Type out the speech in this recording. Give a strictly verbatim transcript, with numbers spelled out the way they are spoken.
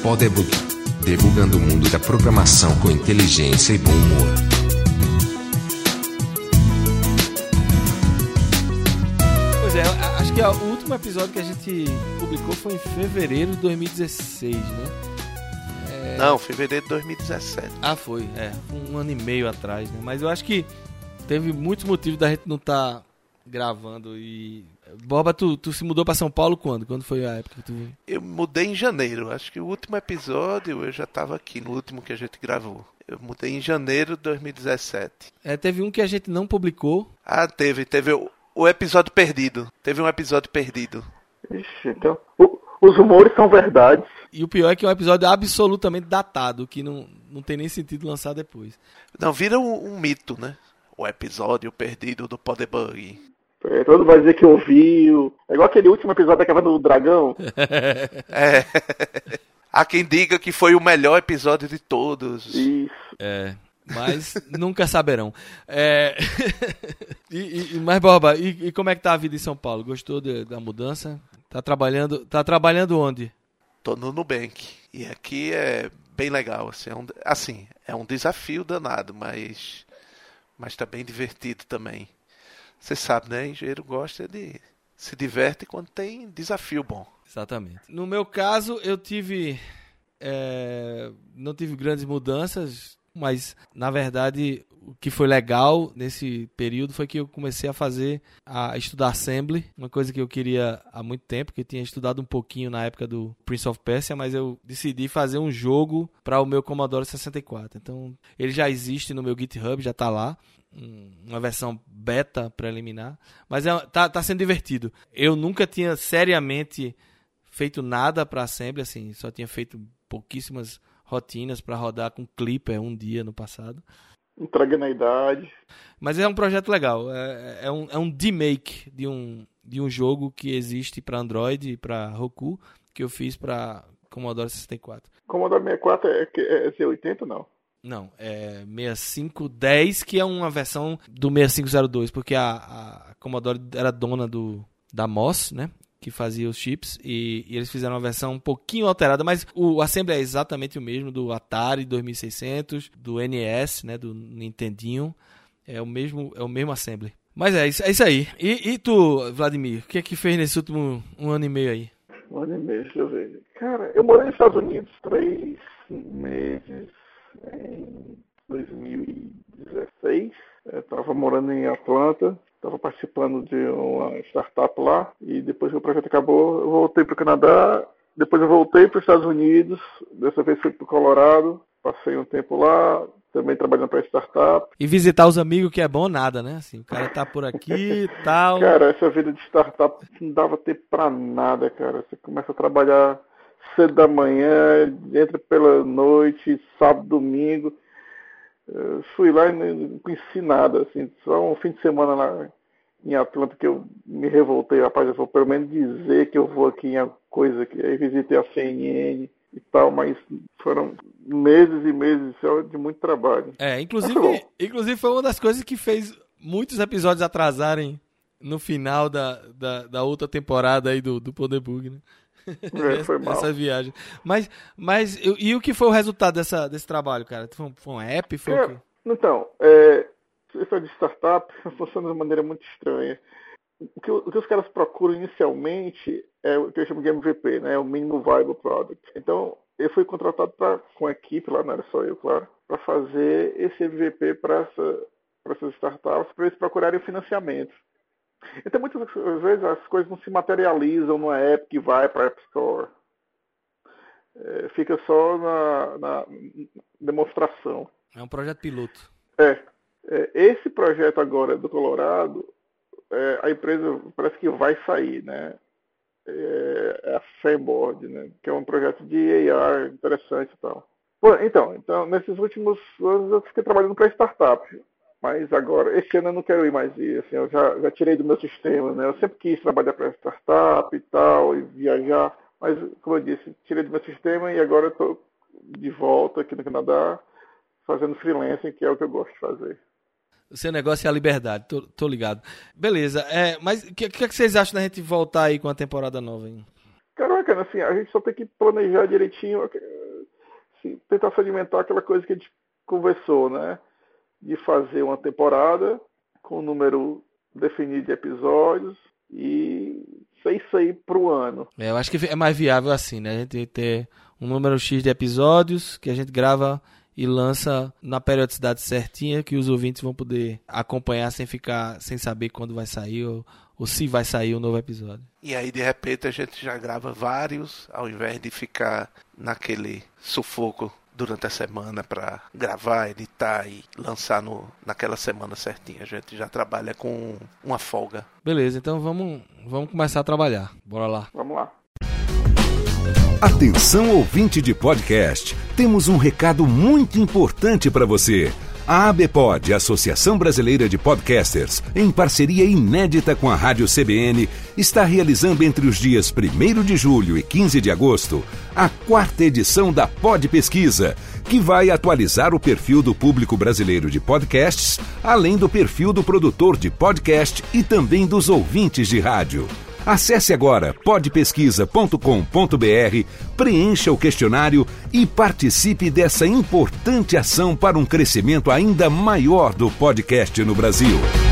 Podebug, debugando o mundo da programação com inteligência e bom humor. Pois é, acho que o último episódio que a gente publicou foi em fevereiro de dois mil e dezesseis, né? É... Não, fevereiro de dois mil e dezessete. Ah, foi, é, um ano e meio atrás, né? Mas eu acho que teve muitos motivos da gente não estar tá gravando e... Borba, tu, tu se mudou pra São Paulo quando? Quando foi a época que tu... Eu mudei em janeiro. Acho que o último episódio eu já tava aqui, no último que a gente gravou. Eu mudei em janeiro de dois mil e dezessete. É, teve um que a gente não publicou. Ah, teve. Teve o, o episódio perdido. Teve um episódio perdido. Ixi, então... O, os rumores são verdades. E o pior é que é um episódio absolutamente datado, que não, não tem nem sentido lançar depois. Não, vira um, um mito, né? O episódio perdido do Podebug. É, todo mundo vai dizer que ouviu. É igual aquele último episódio da Caverna do Dragão. É. Há quem diga que foi o melhor episódio de todos. Isso. É, mas nunca saberão. É... e, e, mas, Borba, e, e como é que tá a vida em São Paulo? Gostou de, da mudança? Tá trabalhando, tá trabalhando onde? Tô no Nubank. E aqui é bem legal. Assim, é um, assim, é um desafio danado, mas, mas tá bem divertido também. Você sabe, né? Engenheiro gosta de... se diverte quando tem desafio bom. Exatamente. No meu caso, eu tive... É, não tive grandes mudanças, mas, na verdade, o que foi legal nesse período foi que eu comecei a fazer, a estudar Assembly, uma coisa que eu queria há muito tempo, que eu tinha estudado um pouquinho na época do Prince of Persia, mas eu decidi fazer um jogo para o meu Commodore sessenta e quatro. Então, ele já existe no meu GitHub, já está lá. Uma versão beta preliminar, mas é, tá, tá sendo divertido. Eu nunca tinha seriamente feito nada para Assembly, assim, só tinha feito pouquíssimas rotinas para rodar com Clipper um dia no passado. Entrega na idade. Mas é um projeto legal, é, é um, é um demake de um, de um jogo que existe para Android e para Roku, que eu fiz para Commodore sessenta e quatro. Commodore sessenta e quatro é, é C oitenta ou não? Não, é sessenta e cinco dez, que é uma versão do sessenta e cinco zero dois, porque a, a Commodore era dona do, da M O S, né, que fazia os chips, e, e eles fizeram uma versão um pouquinho alterada, mas o Assembly é exatamente o mesmo do Atari dois mil e seiscentos, do N E S, né, do Nintendinho, é o mesmo, é o mesmo Assembly. Mas é isso, é isso aí. E, e tu, Vladimir, o que é que fez nesse último um ano e meio aí? Um ano e meio, deixa eu ver. Cara, eu morei nos Estados Unidos três meses... em dois mil e dezesseis, estava morando em Atlanta, estava participando de uma startup lá, e depois que o projeto acabou, eu voltei para o Canadá, depois eu voltei para os Estados Unidos, dessa vez fui para o Colorado, passei um tempo lá, também trabalhando para a startup. E visitar os amigos, que é bom nada, né? Assim, o cara tá por aqui e tal. Cara, essa vida de startup não dava tempo para nada, cara. Você começa a trabalhar cedo da manhã, entra pela noite, sábado, domingo. Eu fui lá e não conheci nada, assim, só um fim de semana lá em Atlanta que eu me revoltei, rapaz, eu vou pelo menos dizer que eu vou aqui em alguma coisa, que aí visitei a C N N e tal, mas foram meses e meses só de muito trabalho. É, inclusive, inclusive foi uma das coisas que fez muitos episódios atrasarem no final da, da, da outra temporada aí do, do Podebug, né? É, foi mal. Essa viagem. Mas, mas e, e o que foi o resultado dessa, desse trabalho, cara? Foi um, foi um app? Foi é, o quê? Então, é, isso de startup funciona de maneira muito estranha. O que, o que os caras procuram inicialmente é o que eu chamo de M V P, né? O Minimum Viable Product. Então, eu fui contratado pra, com a equipe lá, não era só eu, claro, para fazer esse M V P para essa, essas startups, para eles procurarem financiamento. Então, muitas vezes as coisas não se materializam numa app que vai para a App Store. É, fica só na, na demonstração. É um projeto piloto. É, é. Esse projeto agora do Colorado, é, a empresa parece que vai sair, né? É, é a Fanboard, né? Que é um projeto de A R interessante e tal. Bom, então, então, nesses últimos anos eu fiquei trabalhando para startup. Mas agora, esse ano eu não quero ir mais ir, assim, eu já, já tirei do meu sistema, né? Eu sempre quis trabalhar para startup e tal, e viajar, mas, como eu disse, tirei do meu sistema e agora eu estou de volta aqui no Canadá, fazendo freelancing, que é o que eu gosto de fazer. O seu negócio é a liberdade, tô, tô ligado. Beleza, é, mas o que, que, que vocês acham da gente voltar aí com a temporada nova? Hein? Caraca, assim, a gente só tem que planejar direitinho, assim, tentar sedimentar aquela coisa que a gente conversou, né? De fazer uma temporada com um número definido de episódios e ser isso aí pro ano. É, eu acho que é mais viável assim, né? A gente ter um número X de episódios que a gente grava e lança na periodicidade certinha, que os ouvintes vão poder acompanhar sem ficar, sem saber quando vai sair ou, ou se vai sair o um novo episódio. E aí, de repente, a gente já grava vários, ao invés de ficar naquele sufoco durante a semana para gravar, editar e lançar no, naquela semana certinha. A gente já trabalha com uma folga. Beleza, então vamos, vamos começar a trabalhar. Bora lá. Vamos lá. Atenção, ouvinte de podcast. Temos um recado muito importante para você. A ABPOD, Associação Brasileira de Podcasters, em parceria inédita com a Rádio C B N, está realizando entre os dias primeiro de julho e quinze de agosto a quarta edição da Pod Pesquisa, que vai atualizar o perfil do público brasileiro de podcasts, além do perfil do produtor de podcast e também dos ouvintes de rádio. Acesse agora pod pesquisa ponto com ponto b r, preencha o questionário e participe dessa importante ação para um crescimento ainda maior do podcast no Brasil.